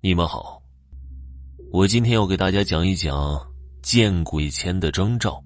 你们好，我今天要给大家讲一讲见鬼前的征兆。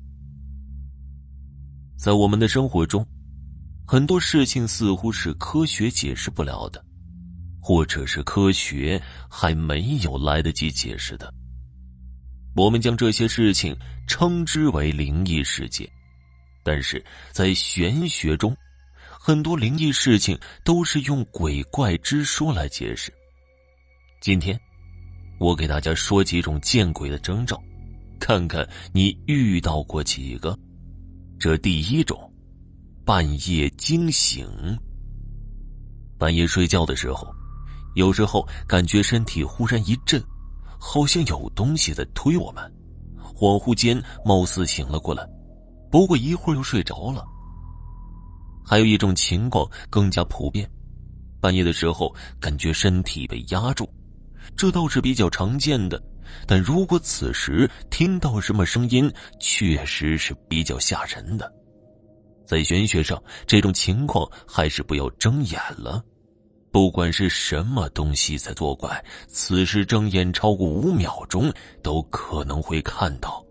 在我们的生活中，很多事情似乎是科学解释不了的，或者是科学还没有来得及解释的。我们将这些事情称之为灵异事件，但是在玄学中，很多灵异事情都是用鬼怪之说来解释。今天我给大家说几种见鬼的征兆，看看你遇到过几个。这第一种，半夜惊醒。半夜睡觉的时候，有时候感觉身体忽然一震，好像有东西在推我们，恍惚间貌似醒了过来，不过一会儿又睡着了。还有一种情况更加普遍，半夜的时候感觉身体被压住，这倒是比较常见的，但如果此时听到什么声音，确实是比较吓人的。在玄学上，这种情况还是不要睁眼了，不管是什么东西在作怪，此时睁眼超过5秒钟都可能会看到。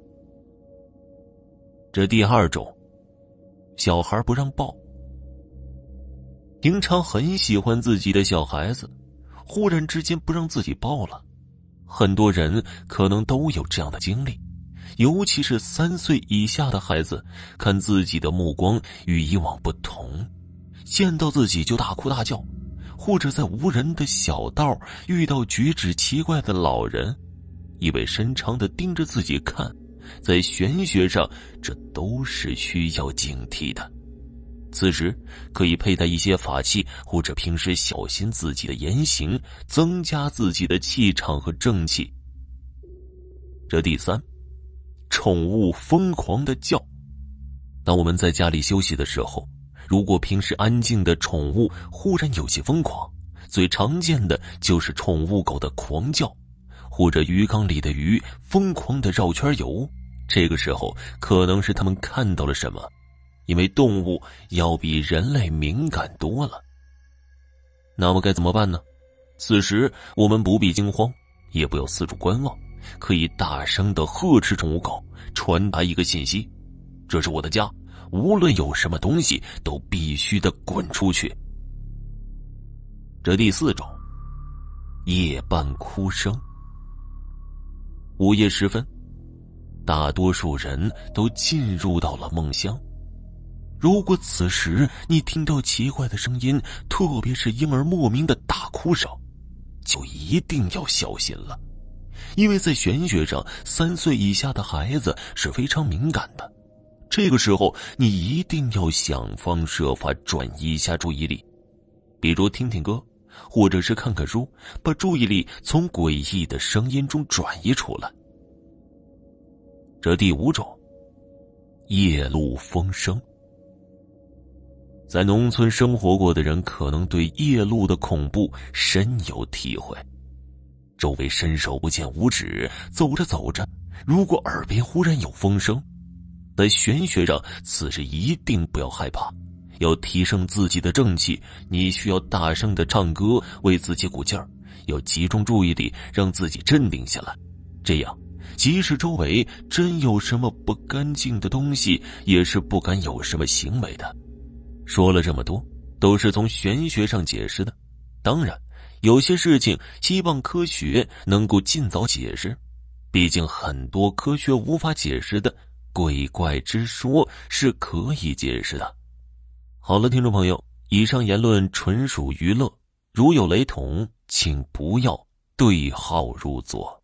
这第二种，小孩不让抱。平常很喜欢自己的小孩子，忽然之间不让自己抱了。很多人可能都有这样的经历，尤其是3岁以下的孩子，看自己的目光与以往不同，见到自己就大哭大叫，或者在无人的小道遇到举止奇怪的老人，意味深长地盯着自己看。在玄学上，这都是需要警惕的。此时可以佩戴一些法器，或者平时小心自己的言行，增加自己的气场和正气。这第三，宠物疯狂的叫。当我们在家里休息的时候，如果平时安静的宠物忽然有些疯狂，最常见的就是宠物狗的狂叫，或者鱼缸里的鱼疯狂的绕圈游。这个时候可能是他们看到了什么，因为动物要比人类敏感多了。那么该怎么办呢？此时我们不必惊慌，也不要四处观望，可以大声地呵斥宠物狗，传达一个信息：这是我的家，无论有什么东西都必须得滚出去。这第四种，夜半哭声。午夜时分，大多数人都进入到了梦乡。如果此时你听到奇怪的声音，特别是婴儿莫名的大哭声，就一定要小心了。因为在玄学上，3岁以下的孩子是非常敏感的，这个时候你一定要想方设法转移一下注意力，比如听听歌，或者是看看书，把注意力从诡异的声音中转移出来。这第五种，夜路风声。在农村生活过的人可能对夜路的恐怖深有体会。周围伸手不见五指，走着走着，如果耳边忽然有风声，在玄学上此时一定不要害怕，要提升自己的正气，你需要大声的唱歌为自己鼓劲儿，要集中注意力让自己镇定下来，这样即使周围真有什么不干净的东西，也是不敢有什么行为的。说了这么多，都是从玄学上解释的，当然有些事情希望科学能够尽早解释，毕竟很多科学无法解释的鬼怪之说是可以解释的。好了，听众朋友，以上言论纯属娱乐，如有雷同，请不要对号入座。